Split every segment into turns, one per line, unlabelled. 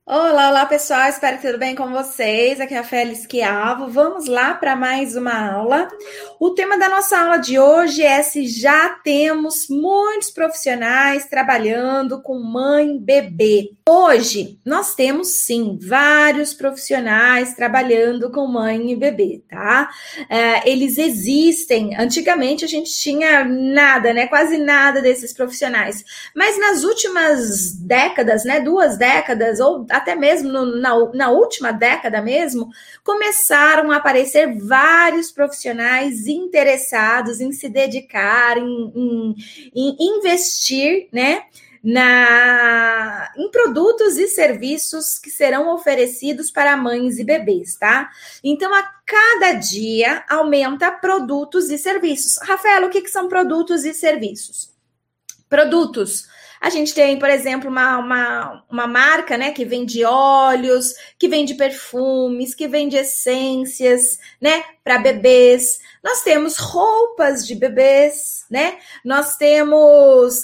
Olá, olá pessoal, espero que tudo bem com vocês. Aqui é a Félix Quiavo. Vamos lá para mais uma aula. O tema da nossa aula de hoje é se já temos muitos profissionais trabalhando com mãe e bebê. Hoje nós temos sim vários profissionais trabalhando com mãe e bebê, tá? Eles existem. Antigamente a gente tinha nada, né? Quase nada desses profissionais. Mas nas últimas décadas, né? 2 décadas ou até mesmo na última década mesmo, começaram a aparecer vários profissionais interessados em se dedicar, em investir, né, em produtos e serviços que serão oferecidos para mães e bebês, tá? Então, a cada dia aumenta produtos e serviços. Rafaela, o que são produtos e serviços? Produtos. A gente tem, por exemplo, uma marca, né, que vende óleos, que vende perfumes, que vende essências, né, para bebês. Nós temos roupas de bebês, né? Nós temos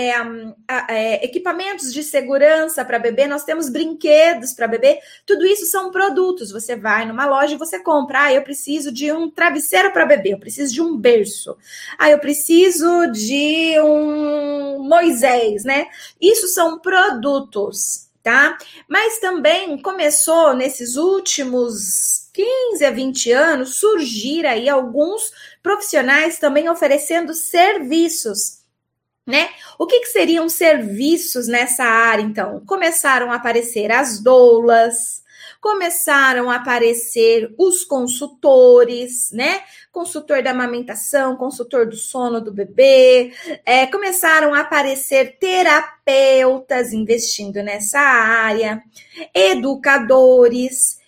equipamentos de segurança para bebê, nós temos brinquedos para bebê. Tudo isso são produtos. Você vai numa loja e você compra. Eu preciso de um travesseiro para bebê, eu preciso de um berço. Eu preciso de um Moisés, né? Isso são produtos, tá? Mas também começou nesses últimos 15 a 20 anos surgir aí alguns profissionais também oferecendo serviços, né? O que seriam serviços nessa área, então? Começaram a aparecer as doulas, começaram a aparecer os consultores, né? Consultor da amamentação, consultor do sono do bebê, começaram a aparecer terapeutas investindo nessa área, educadores,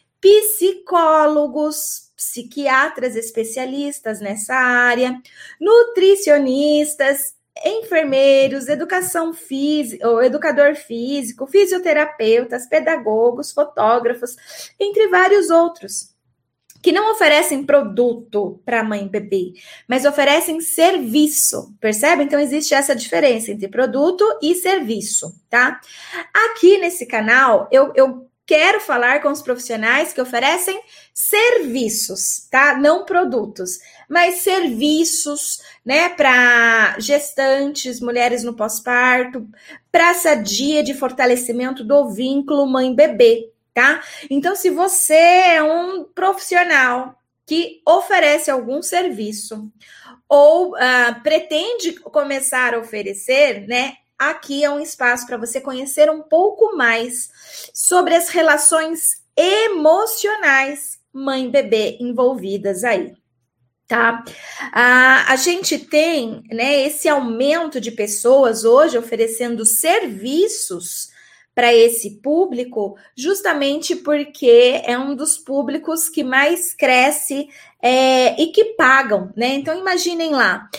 psicólogos, psiquiatras especialistas nessa área, nutricionistas, enfermeiros, educação física, ou educador físico, fisioterapeutas, pedagogos, fotógrafos, entre vários outros, que não oferecem produto para mãe e bebê, mas oferecem serviço, percebe? Então, existe essa diferença entre produto e serviço, tá? Aqui nesse canal, eu quero falar com os profissionais que oferecem serviços, tá? Não produtos, mas serviços, né? Para gestantes, mulheres no pós-parto, para sadia de fortalecimento do vínculo mãe-bebê, tá? Então, se você é um profissional que oferece algum serviço ou pretende começar a oferecer, né? Aqui é um espaço para você conhecer um pouco mais sobre as relações emocionais mãe-bebê envolvidas aí, tá? A gente tem, né, esse aumento de pessoas hoje oferecendo serviços para esse público, justamente porque é um dos públicos que mais cresce e que pagam, né? Então, imaginem lá,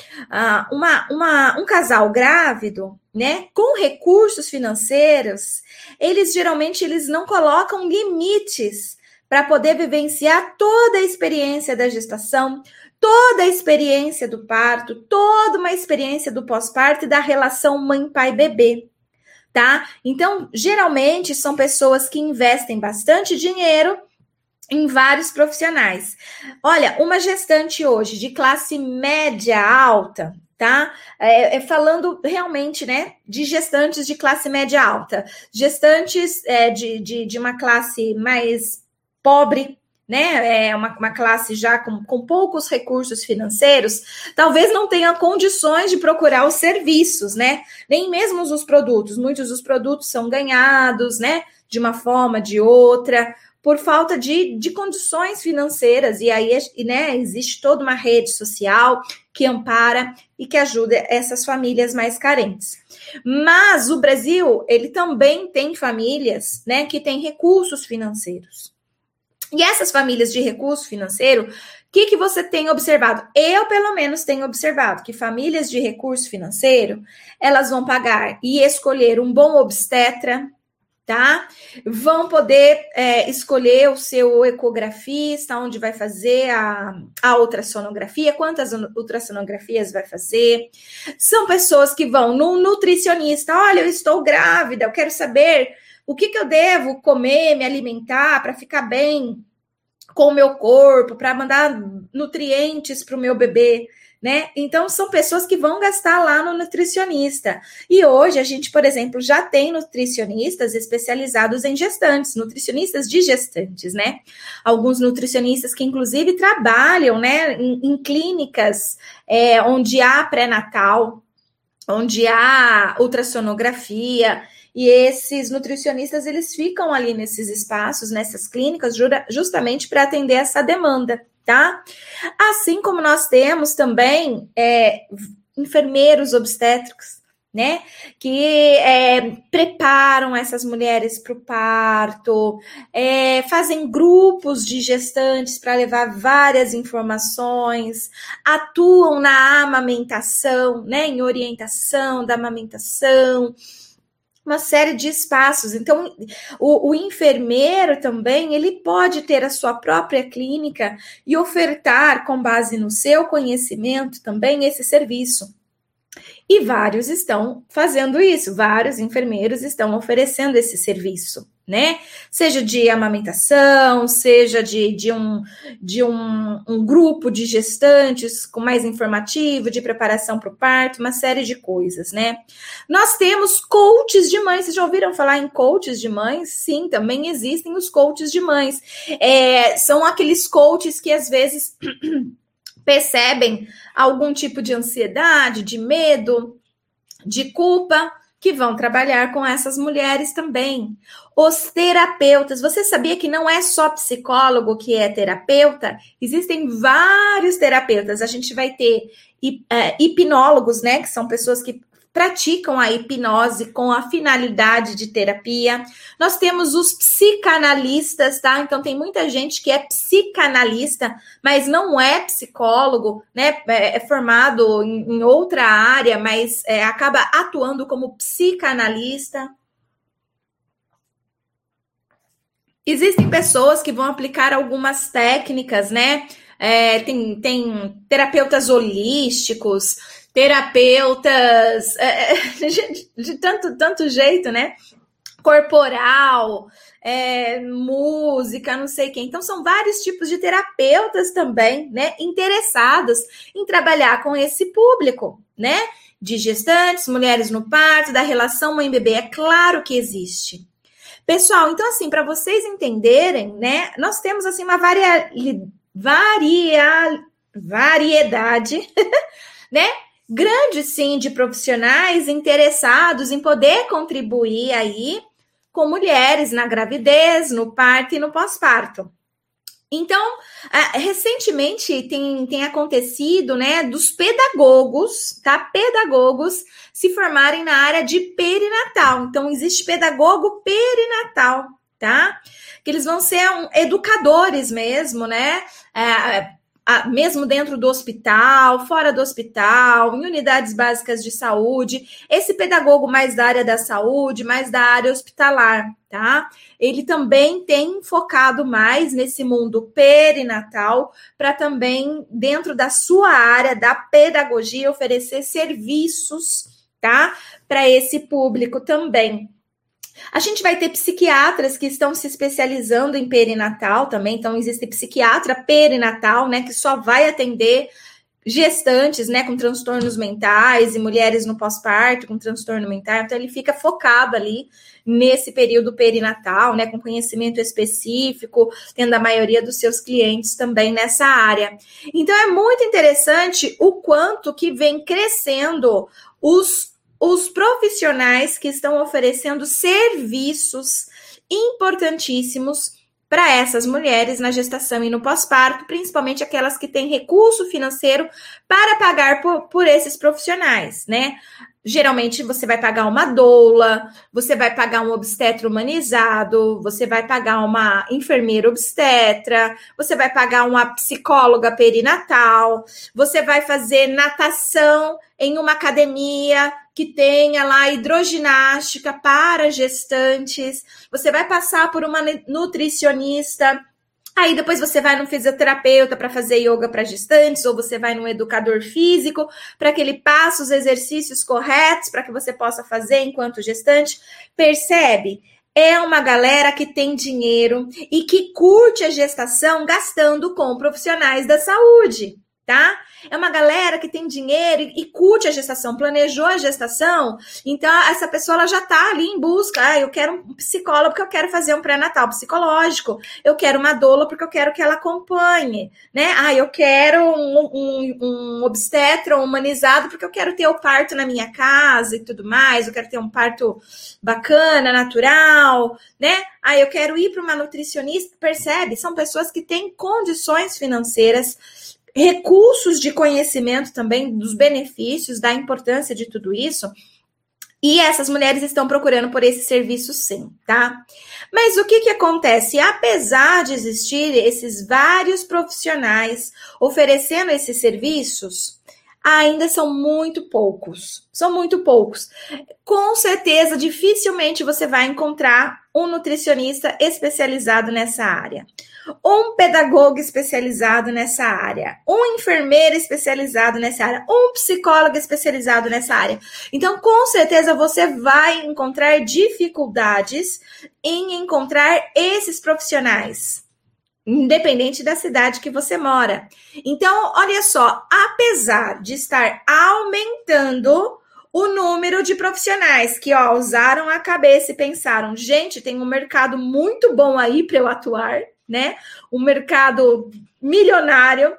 um casal grávido, né, com recursos financeiros, eles geralmente não colocam limites para poder vivenciar toda a experiência da gestação, toda a experiência do parto, toda uma experiência do pós-parto e da relação mãe-pai-bebê. Tá? Então, geralmente são pessoas que investem bastante dinheiro em vários profissionais. Olha, uma gestante hoje de classe média alta, tá? Falando realmente, né, de gestantes de classe média alta, gestantes de uma classe mais pobre, né, uma classe já com poucos recursos financeiros, talvez não tenha condições de procurar os serviços, né, nem mesmo os produtos. Muitos dos produtos são ganhados, né, de uma forma, de outra, por falta de condições financeiras, e aí, né, existe toda uma rede social que ampara e que ajuda essas famílias mais carentes. Mas o Brasil, ele também tem famílias, né, que têm recursos financeiros. E essas famílias de recurso financeiro, o que você tem observado? Eu, pelo menos, tenho observado que famílias de recurso financeiro, elas vão pagar e escolher um bom obstetra, tá? Vão poder escolher o seu ecografista, onde vai fazer a ultrassonografia, quantas ultrassonografias vai fazer. São pessoas que vão no nutricionista. Olha, eu estou grávida, eu quero saber o que eu devo comer, me alimentar para ficar bem com o meu corpo, para mandar nutrientes para o meu bebê, né? Então, são pessoas que vão gastar lá no nutricionista. E hoje, a gente, por exemplo, já tem nutricionistas especializados em gestantes, nutricionistas de gestantes, né? Alguns nutricionistas que, inclusive, trabalham, né, em clínicas onde há pré-natal, onde há ultrassonografia, e esses nutricionistas, eles ficam ali nesses espaços, nessas clínicas, justamente para atender essa demanda, tá? Assim como nós temos também enfermeiros obstétricos, né? Que preparam essas mulheres para o parto, fazem grupos de gestantes para levar várias informações, atuam na amamentação, né? Em orientação da amamentação, uma série de espaços. Então, o enfermeiro também, ele pode ter a sua própria clínica e ofertar, com base no seu conhecimento, também esse serviço. E vários estão fazendo isso, vários enfermeiros estão oferecendo esse serviço, né? Seja de amamentação, seja de um grupo de gestantes com mais informativo, de preparação para o parto, uma série de coisas, né? Nós temos coaches de mães. Vocês já ouviram falar em coaches de mães? Sim, também existem os coaches de mães. São aqueles coaches que às vezes percebem algum tipo de ansiedade, de medo, de culpa, que vão trabalhar com essas mulheres também. Os terapeutas, você sabia que não é só psicólogo que é terapeuta? Existem vários terapeutas. A gente vai ter hipnólogos, né, que são pessoas que praticam a hipnose com a finalidade de terapia. Nós temos os psicanalistas, tá? Então, tem muita gente que é psicanalista, mas não é psicólogo, né? É formado em outra área, mas acaba atuando como psicanalista. Existem pessoas que vão aplicar algumas técnicas, né? Tem terapeutas holísticos, terapeutas de tanto jeito, né? Corporal, música, não sei quem. Então, são vários tipos de terapeutas também, né? Interessados em trabalhar com esse público, né? De gestantes, mulheres no parto, da relação mãe-bebê. É claro que existe. Pessoal, então, assim, para vocês entenderem, né? Nós temos, assim, uma variedade, né? Grande, sim, de profissionais interessados em poder contribuir aí com mulheres na gravidez, no parto e no pós-parto. Então, recentemente tem acontecido, né, dos pedagogos, tá? Pedagogos se formarem na área de perinatal. Então, existe pedagogo perinatal, tá? Que eles vão ser educadores mesmo, né? Mesmo dentro do hospital, fora do hospital, em unidades básicas de saúde, esse pedagogo mais da área da saúde, mais da área hospitalar, tá? Ele também tem focado mais nesse mundo perinatal para também, dentro da sua área da pedagogia, oferecer serviços, tá? Para esse público também. A gente vai ter psiquiatras que estão se especializando em perinatal também. Então, existe psiquiatra perinatal, né, que só vai atender gestantes, né, com transtornos mentais e mulheres no pós-parto com transtorno mental. Então, ele fica focado ali nesse período perinatal, né, com conhecimento específico, tendo a maioria dos seus clientes também nessa área. Então, é muito interessante o quanto que vem crescendo os profissionais que estão oferecendo serviços importantíssimos para essas mulheres na gestação e no pós-parto, principalmente aquelas que têm recurso financeiro para pagar por esses profissionais, né? Geralmente você vai pagar uma doula, você vai pagar um obstetra humanizado, você vai pagar uma enfermeira obstetra, você vai pagar uma psicóloga perinatal, você vai fazer natação em uma academia que tenha lá hidroginástica para gestantes, você vai passar por uma nutricionista. Aí depois você vai num fisioterapeuta para fazer yoga para gestantes, ou você vai num educador físico para que ele passe os exercícios corretos para que você possa fazer enquanto gestante. Percebe? é uma galera que tem dinheiro e que curte a gestação gastando com profissionais da saúde, tá? É uma galera que tem dinheiro e curte a gestação, planejou a gestação, então essa pessoa ela já tá ali em busca. Eu quero um psicólogo porque eu quero fazer um pré-natal psicológico, eu quero uma doula porque eu quero que ela acompanhe, né? Eu quero um obstetra humanizado porque eu quero ter o parto na minha casa e tudo mais, eu quero ter um parto bacana, natural, né? Eu quero ir para uma nutricionista, percebe? São pessoas que têm condições financeiras, recursos de conhecimento também dos benefícios, da importância de tudo isso, e essas mulheres estão procurando por esse serviço sim, tá? Mas o que acontece? Apesar de existir esses vários profissionais oferecendo esses serviços, ainda são muito poucos. São muito poucos. Com certeza, dificilmente você vai encontrar um nutricionista especializado nessa área, um pedagogo especializado nessa área, um enfermeiro especializado nessa área, um psicólogo especializado nessa área. Então, com certeza, você vai encontrar dificuldades em encontrar esses profissionais, independente da cidade que você mora. Então, olha só, apesar de estar aumentando o número de profissionais que usaram a cabeça e pensaram, gente, tem um mercado muito bom aí para eu atuar, né? Um mercado milionário.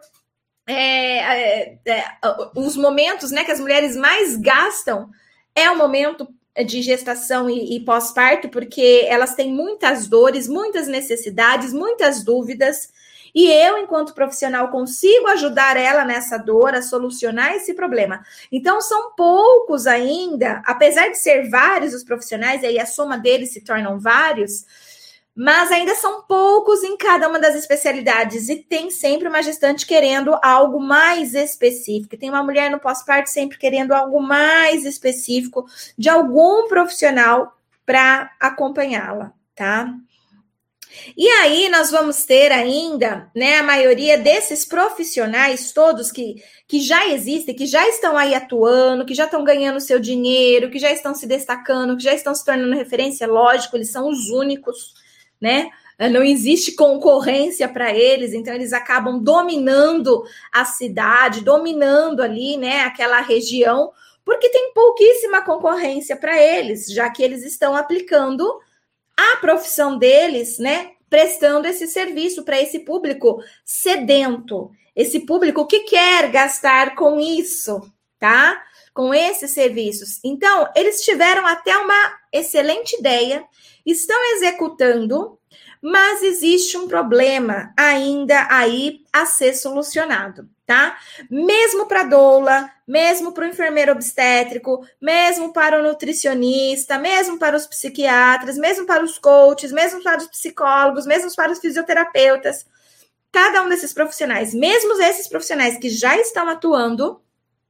Os momentos, né, que as mulheres mais gastam é o momento de gestação e pós-parto, porque elas têm muitas dores, muitas necessidades, muitas dúvidas, e eu, enquanto profissional, consigo ajudar ela nessa dor, a solucionar esse problema. Então, são poucos ainda, apesar de ser vários os profissionais, e aí a soma deles se tornam vários, mas ainda são poucos em cada uma das especialidades, e tem sempre uma gestante querendo algo mais específico, tem uma mulher no pós-parto sempre querendo algo mais específico de algum profissional para acompanhá-la, tá? E aí nós vamos ter ainda, né, a maioria desses profissionais todos que já existem, que já estão aí atuando, que já estão ganhando seu dinheiro, que já estão se destacando, que já estão se tornando referência, lógico, eles são os únicos, né? Não existe concorrência para eles, então eles acabam dominando a cidade, dominando ali, né, aquela região, porque tem pouquíssima concorrência para eles, já que eles estão aplicando a profissão deles, né, prestando esse serviço para esse público sedento, esse público que quer gastar com isso, tá? Com esses serviços. Então, eles tiveram até uma excelente ideia, estão executando, mas existe um problema ainda aí a ser solucionado, tá? Mesmo para a doula, mesmo para o enfermeiro obstétrico, mesmo para o nutricionista, mesmo para os psiquiatras, mesmo para os coaches, mesmo para os psicólogos, mesmo para os fisioterapeutas, cada um desses profissionais, mesmo esses profissionais que já estão atuando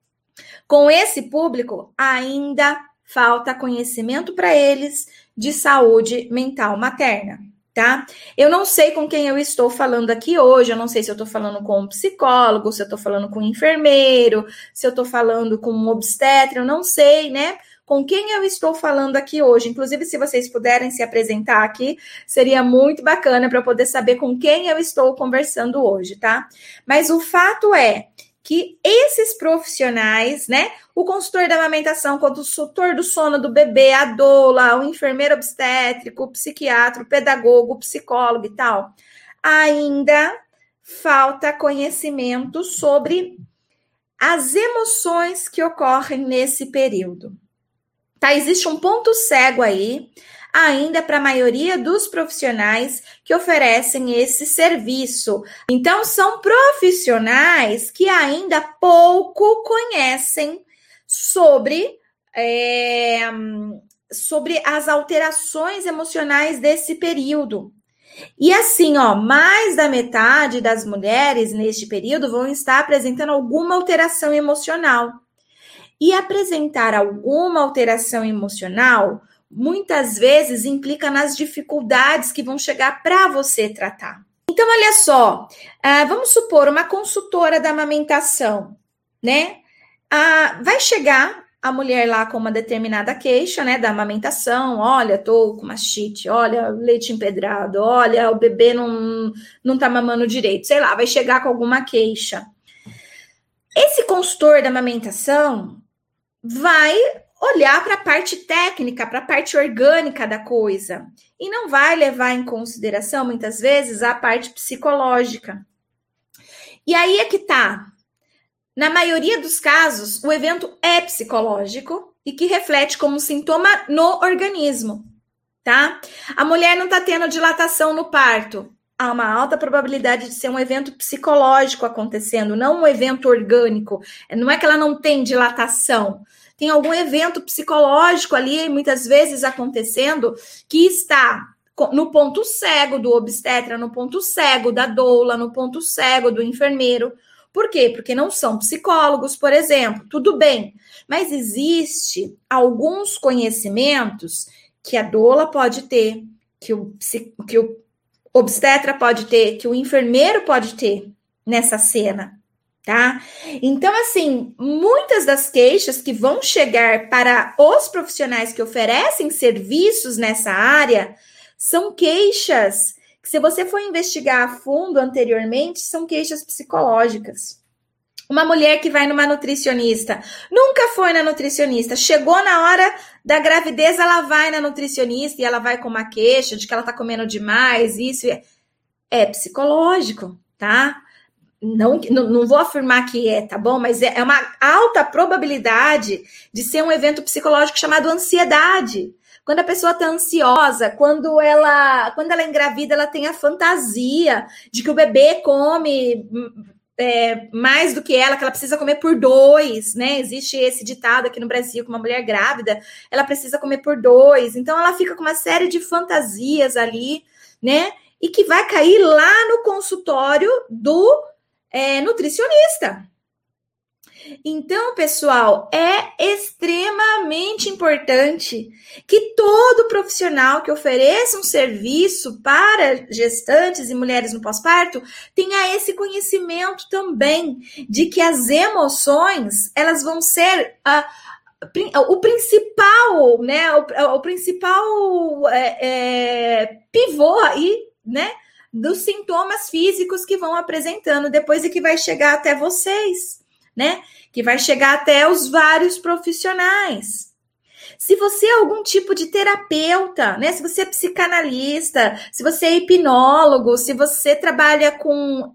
com esse público, ainda falta conhecimento para eles de saúde mental materna. Tá? Eu não sei com quem eu estou falando aqui hoje, eu não sei se eu estou falando com um psicólogo, se eu estou falando com um enfermeiro, se eu estou falando com um obstetra, eu não sei, né? Com quem eu estou falando aqui hoje. Inclusive, se vocês puderem se apresentar aqui, seria muito bacana para eu poder saber com quem eu estou conversando hoje, tá? Mas o fato é que esses profissionais, né, o consultor da amamentação, o consultor do sono do bebê, a doula, o enfermeiro obstétrico, o psiquiatra, o pedagogo, o psicólogo e tal, ainda falta conhecimento sobre as emoções que ocorrem nesse período. Tá? Existe um ponto cego aí, ainda para a maioria dos profissionais que oferecem esse serviço. Então, são profissionais que ainda pouco conhecem sobre as alterações emocionais desse período. E assim, mais da metade das mulheres neste período vão estar apresentando alguma alteração emocional. E apresentar alguma alteração emocional muitas vezes implica nas dificuldades que vão chegar para você tratar. Então, olha só, vamos supor uma consultora da amamentação, né? Vai chegar
a mulher lá com uma determinada queixa, né, da amamentação, olha, tô com mastite, olha, leite empedrado, olha, o bebê não tá mamando direito, sei lá, vai chegar com alguma queixa. Esse consultor da amamentação vai olhar para a parte técnica, para a parte orgânica da coisa, e não vai levar em consideração, muitas vezes, a parte psicológica. E aí é que tá. Na maioria dos casos, o evento é psicológico e que reflete como sintoma no organismo, tá? A mulher não tá tendo dilatação no parto. Há uma alta probabilidade de ser um evento psicológico acontecendo, não um evento orgânico. Não é que ela não tem dilatação. Tem algum evento psicológico ali, muitas vezes acontecendo, que está no ponto cego do obstetra, no ponto cego da doula, no ponto cego do enfermeiro. Por quê? Porque não são psicólogos, por exemplo. Tudo bem, mas existe alguns conhecimentos que a doula pode ter, que o obstetra pode ter, que o enfermeiro pode ter nessa cena, tá? Então, assim, muitas das queixas que vão chegar para os profissionais que oferecem serviços nessa área são queixas que, se você for investigar a fundo anteriormente, são queixas psicológicas. Uma mulher que vai numa nutricionista, nunca foi na nutricionista, chegou na hora da gravidez, ela vai na nutricionista e ela vai com uma queixa de que ela tá comendo demais, isso é psicológico, tá? Não vou afirmar que tá bom? Mas é uma alta probabilidade de ser um evento psicológico chamado ansiedade. Quando a pessoa tá ansiosa, quando ela engravida, ela tem a fantasia de que o bebê come mais do que ela, que ela precisa comer por 2, né? Existe esse ditado aqui no Brasil, que uma mulher grávida, ela precisa comer por 2. Então, ela fica com uma série de fantasias ali, né? E que vai cair lá no consultório do nutricionista. Então, pessoal, é extremamente importante que todo profissional que ofereça um serviço para gestantes e mulheres no pós-parto tenha esse conhecimento também de que as emoções, elas vão ser o principal, né? O principal pivô aí, né? Dos sintomas físicos que vão apresentando depois e que vai chegar até vocês, né? Que vai chegar até os vários profissionais. Se você é algum tipo de terapeuta, né? Se você é psicanalista, se você é hipnólogo, se você trabalha com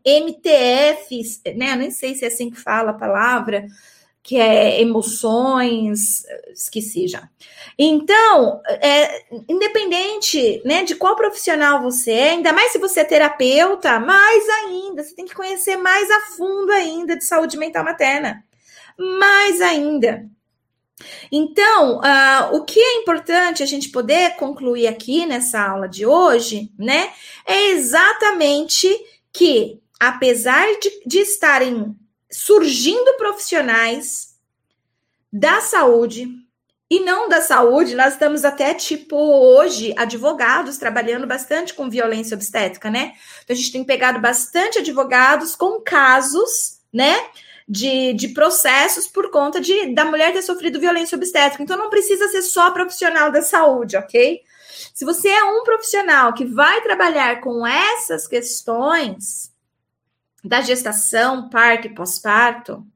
MTF, né? Eu nem sei se é assim que fala a palavra, que é emoções, esqueci já. Então, independente, né, de qual profissional você é, ainda mais se você é terapeuta, mais ainda, você tem que conhecer mais a fundo ainda de saúde mental materna. Mais ainda. Então, o que é importante a gente poder concluir aqui nessa aula de hoje, né, é exatamente que, apesar de estarem surgindo profissionais da saúde e não da saúde, nós estamos até, tipo, hoje, advogados trabalhando bastante com violência obstétrica, né? Então, a gente tem pegado bastante advogados com casos, né, de processos por conta da mulher ter sofrido violência obstétrica. Então, não precisa ser só profissional da saúde, ok? Se você é um profissional que vai trabalhar com essas questões da gestação, parto e pós-parto,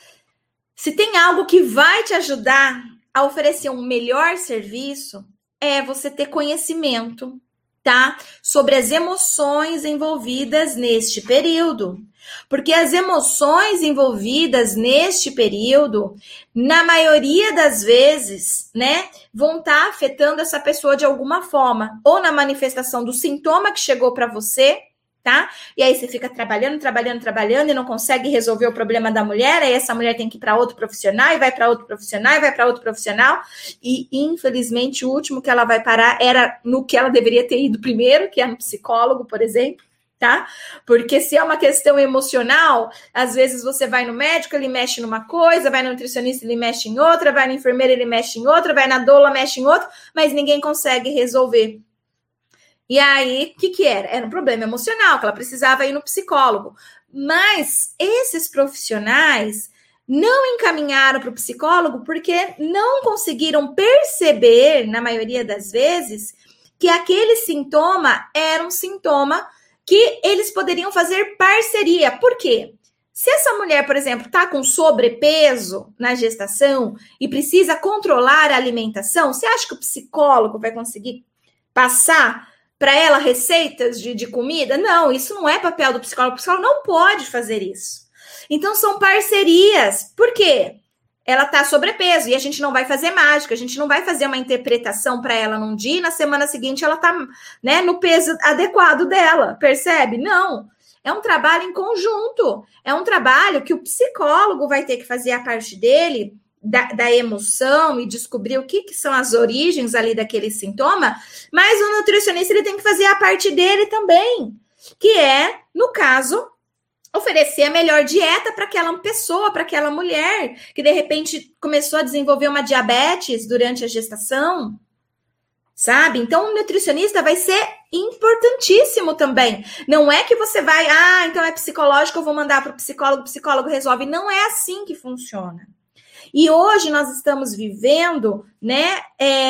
se tem algo que vai te ajudar a oferecer um melhor serviço, é você ter conhecimento, tá? Sobre as emoções envolvidas neste período. Porque as emoções envolvidas neste período, na maioria das vezes, né, vão estar afetando essa pessoa de alguma forma, ou na manifestação do sintoma que chegou para você, tá? E aí você fica trabalhando e não consegue resolver o problema da mulher, aí essa mulher tem que ir para outro profissional, e vai para outro profissional, e vai para outro profissional, e infelizmente o último que ela vai parar era no que ela deveria ter ido primeiro, que é no psicólogo, por exemplo, tá? Porque se é uma questão emocional, às vezes você vai no médico, ele mexe numa coisa, vai no nutricionista, ele mexe em outra, vai no enfermeiro, ele mexe em outra, vai na doula, mexe em outra, mas ninguém consegue resolver. E aí, o que era? Era um problema emocional, que ela precisava ir no psicólogo. Mas esses profissionais
não encaminharam para o psicólogo porque não conseguiram perceber, na maioria das vezes, que aquele sintoma era um sintoma que eles poderiam fazer parceria. Por quê? Se essa mulher, por exemplo, está com sobrepeso na gestação e precisa controlar a alimentação, você acha que o psicólogo vai conseguir passar para ela receitas de comida? Não, isso não é papel do psicólogo. O psicólogo não pode fazer isso. Então, são parcerias. Por quê? Ela está sobrepeso e a gente não vai fazer mágica, a gente não vai fazer uma interpretação para ela num dia e na semana seguinte ela está, né, no peso adequado dela, percebe? Não. É um trabalho em conjunto, é um trabalho que o psicólogo vai ter que fazer a parte dele, da emoção e descobrir o que são as origens ali daquele sintoma, mas o nutricionista ele tem que fazer a parte dele também, que é, no caso, oferecer a melhor dieta para aquela pessoa, para aquela mulher, que de repente começou a desenvolver uma diabetes durante a gestação, sabe? Então, o nutricionista vai ser importantíssimo também. Não é que você vai, então é psicológico, eu vou mandar para o psicólogo resolve. Não é assim que funciona. E hoje nós estamos vivendo, né,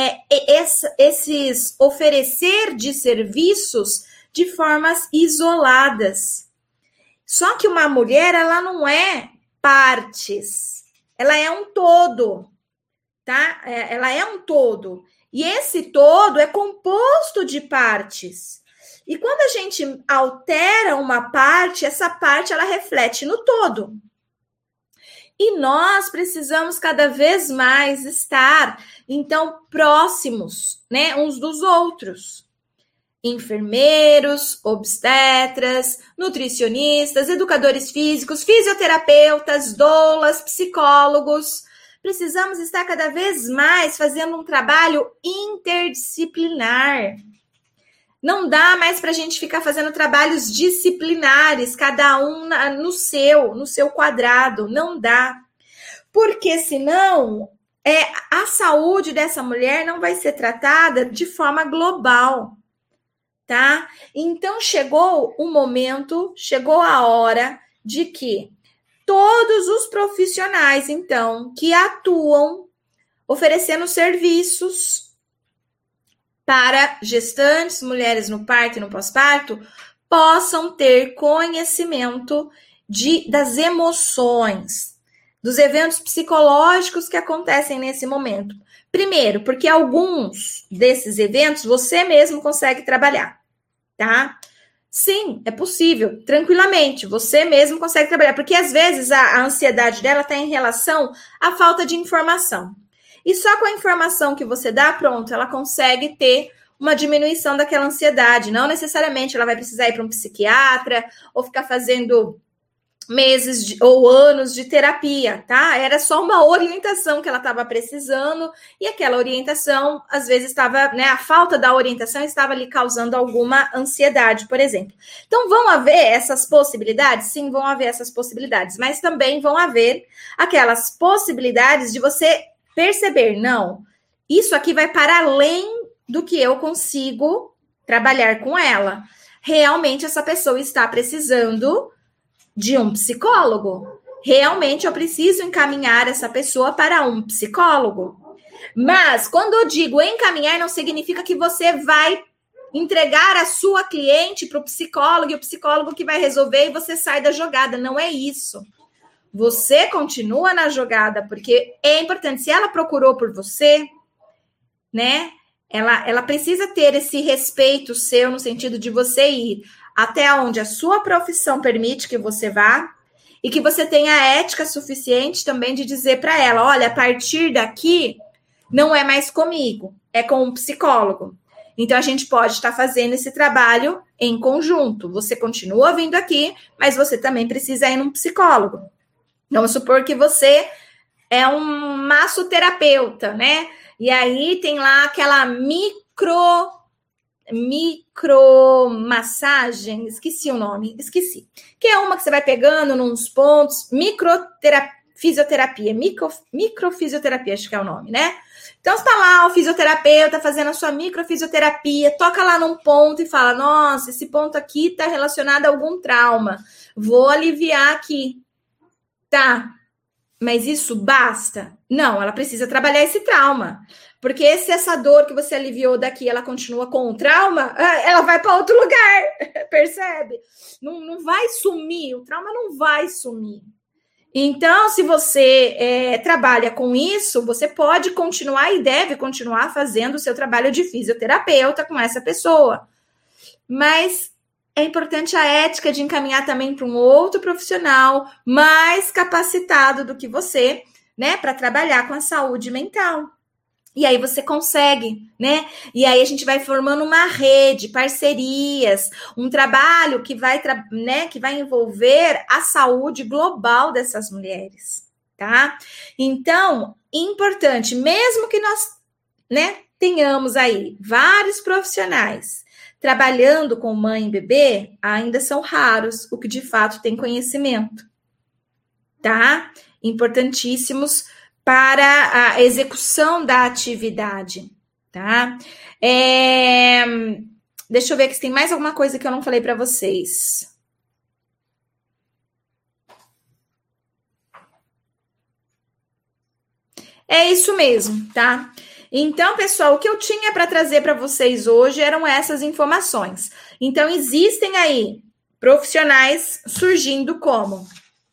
esses oferecer de serviços de formas isoladas. Só que uma mulher, ela não é partes, ela é um todo, tá? Ela é um todo. E esse todo é composto de partes. E quando a gente altera uma parte, essa parte ela reflete no todo. E nós precisamos cada vez mais estar, então, próximos, né, uns dos outros. Enfermeiros, obstetras, nutricionistas, educadores físicos, fisioterapeutas, doulas, psicólogos. Precisamos estar cada vez mais fazendo um trabalho interdisciplinar. Não dá mais para a gente ficar fazendo trabalhos disciplinares, cada um no seu quadrado. Não dá. Porque senão a saúde dessa mulher não vai ser tratada de forma global. Tá? Então, chegou o momento, chegou a hora de que todos os profissionais, então, que atuam oferecendo serviços para gestantes, mulheres no parto e no pós-parto, possam ter conhecimento das emoções, dos eventos psicológicos que acontecem nesse momento. Primeiro, porque alguns desses eventos você mesmo consegue trabalhar, tá? Sim, é possível, tranquilamente, você mesmo consegue trabalhar, porque às vezes a ansiedade dela está em relação à falta de informação. E só com a informação que você dá, pronto, ela consegue ter uma diminuição daquela ansiedade. Não necessariamente ela vai precisar ir para um psiquiatra ou ficar fazendo meses ou anos de terapia, tá? Era só uma orientação que ela estava precisando e aquela orientação, às vezes, estava, né? A falta da orientação estava lhe causando alguma ansiedade, por exemplo. Então, vão haver essas possibilidades? Sim, vão haver essas possibilidades, mas também vão haver aquelas possibilidades de você perceber, não, isso aqui vai para além do que eu consigo trabalhar com ela. Realmente, essa pessoa está precisando de um psicólogo. Realmente eu preciso encaminhar essa pessoa para um psicólogo. Mas quando eu digo encaminhar, não significa que você vai entregar a sua cliente para o psicólogo e o psicólogo que vai resolver e você sai da jogada. Não é isso. Você continua na jogada, porque é importante. Se ela procurou por você, né? Ela precisa ter esse respeito seu no sentido de você ir até onde a sua profissão permite que você vá e que você tenha ética suficiente também de dizer para ela, olha, a partir daqui não é mais comigo, é com um psicólogo. Então, a gente pode estar fazendo esse trabalho em conjunto. Você continua vindo aqui, mas você também precisa ir num psicólogo. Vamos supor que você é um massoterapeuta, né? E aí tem lá aquela micromassagem, esqueci o nome, que é uma que você vai pegando nos pontos, fisioterapia, microfisioterapia, acho que é o nome, né? Então, você tá lá, o fisioterapeuta fazendo a sua microfisioterapia, toca lá num ponto e fala, nossa, esse ponto aqui tá relacionado a algum trauma, vou aliviar aqui. Tá,
Mas isso basta? Não, ela precisa trabalhar esse trauma. Porque se essa dor que você aliviou daqui, ela continua com o trauma, ela vai para outro lugar, percebe? Não vai sumir, o trauma não vai sumir. Então, se você trabalha com isso, você pode continuar e deve continuar fazendo o seu trabalho de fisioterapeuta com essa pessoa. Mas é importante a ética de encaminhar também para um outro profissional mais capacitado do que você, né, para trabalhar com a saúde mental. E aí você consegue, né? E aí a gente vai formando uma rede, parcerias, um trabalho que vai, que vai envolver a saúde global dessas mulheres, tá? Então, importante, mesmo que nós, né, tenhamos aí vários profissionais trabalhando com mãe e bebê, ainda são raros o que de fato tem conhecimento, tá? Importantíssimos para a execução da atividade, tá? Deixa eu ver aqui se tem mais alguma coisa que eu não falei para vocês. É isso mesmo, tá? Então, pessoal, o que eu tinha para trazer para vocês hoje eram essas informações. Então, existem aí profissionais surgindo como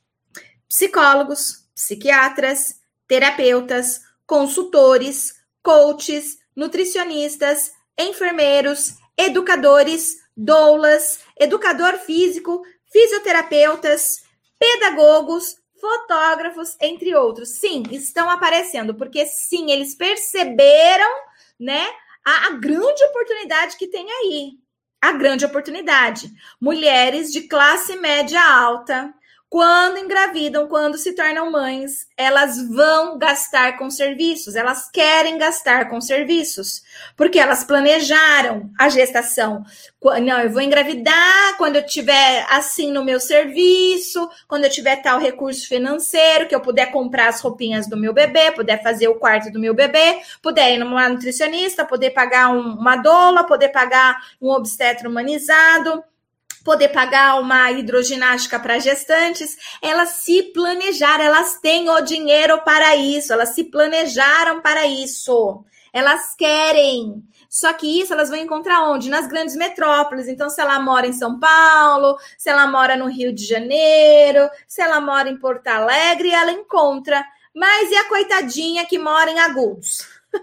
psicólogos, psiquiatras, terapeutas, consultores, coaches, nutricionistas, enfermeiros, educadores, doulas, educador físico, fisioterapeutas, pedagogos, fotógrafos, entre outros. Sim, estão aparecendo, porque sim, eles perceberam, né, a grande oportunidade que tem aí. A grande oportunidade. Mulheres de classe média alta, quando engravidam, quando se tornam mães, elas vão gastar com serviços, elas querem gastar com serviços, porque elas planejaram a gestação. Não, eu vou engravidar quando eu tiver assim no meu serviço, quando eu tiver tal recurso financeiro, que eu puder comprar as roupinhas do meu bebê, puder fazer o quarto do meu bebê, puder ir numa nutricionista, poder pagar uma doula, poder pagar um obstetra humanizado, poder pagar uma hidroginástica para gestantes. Elas se planejaram, elas têm o dinheiro para isso, elas se planejaram para isso, elas querem. Só que isso elas vão encontrar onde? Nas grandes metrópoles. Então, se ela mora em São Paulo, se ela mora no Rio de Janeiro, se ela mora em Porto Alegre, ela encontra. Mas e a coitadinha que mora em Agudos?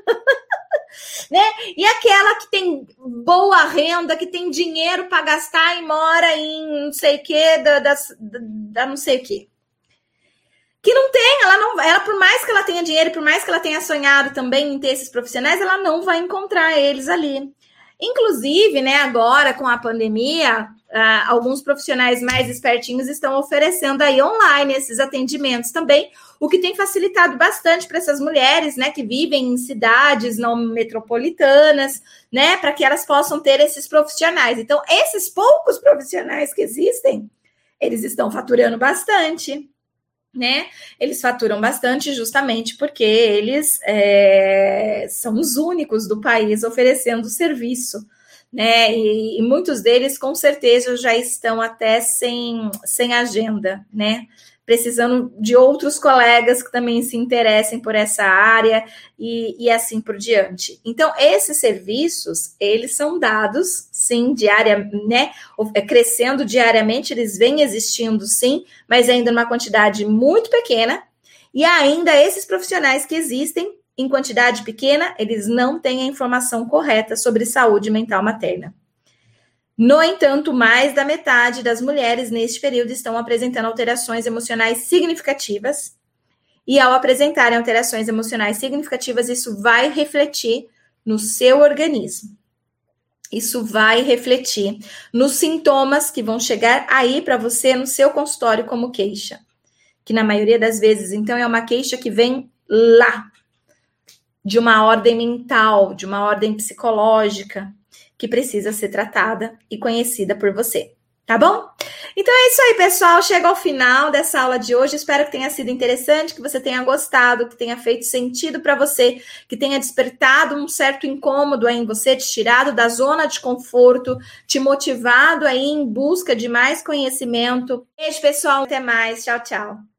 Né? E aquela que tem boa renda, que tem dinheiro para gastar e mora em não sei o que, da não sei o que. Que não tem, ela por mais que ela tenha dinheiro, por mais que ela tenha sonhado também em ter esses profissionais, ela não vai encontrar eles ali. Inclusive, né, agora com a pandemia, alguns profissionais mais espertinhos estão oferecendo aí online esses atendimentos também, o que tem facilitado bastante para essas mulheres, né, que vivem em cidades não metropolitanas, né, para que elas possam ter esses profissionais. Então, esses poucos profissionais que existem, eles estão faturando bastante, né? Eles faturam bastante justamente porque eles são os únicos do país oferecendo serviço, né? E muitos deles, com certeza, já estão até sem agenda, né? Precisando de outros colegas que também se interessem por essa área e assim por diante. Então, esses serviços, eles são dados, sim, né, crescendo diariamente, eles vêm existindo, sim, mas ainda numa quantidade muito pequena, e ainda esses profissionais que existem em quantidade pequena, eles não têm a informação correta sobre saúde mental materna. No entanto, mais da metade das mulheres neste período estão apresentando alterações emocionais significativas. E ao apresentarem alterações emocionais significativas, isso vai refletir no seu organismo. Isso vai refletir nos sintomas que vão chegar aí para você no seu consultório como queixa. Que na maioria das vezes, então, é uma queixa que vem lá, de uma ordem mental, de uma ordem psicológica, que precisa ser tratada e conhecida por você, tá bom? Então é isso aí, pessoal. Chega ao final dessa aula de hoje. Espero que tenha sido interessante, que você tenha gostado, que tenha feito sentido para você, que tenha despertado um certo incômodo aí em você, te tirado da zona de conforto, te motivado aí em busca de mais conhecimento. Beijo, pessoal. Até mais. Tchau, tchau.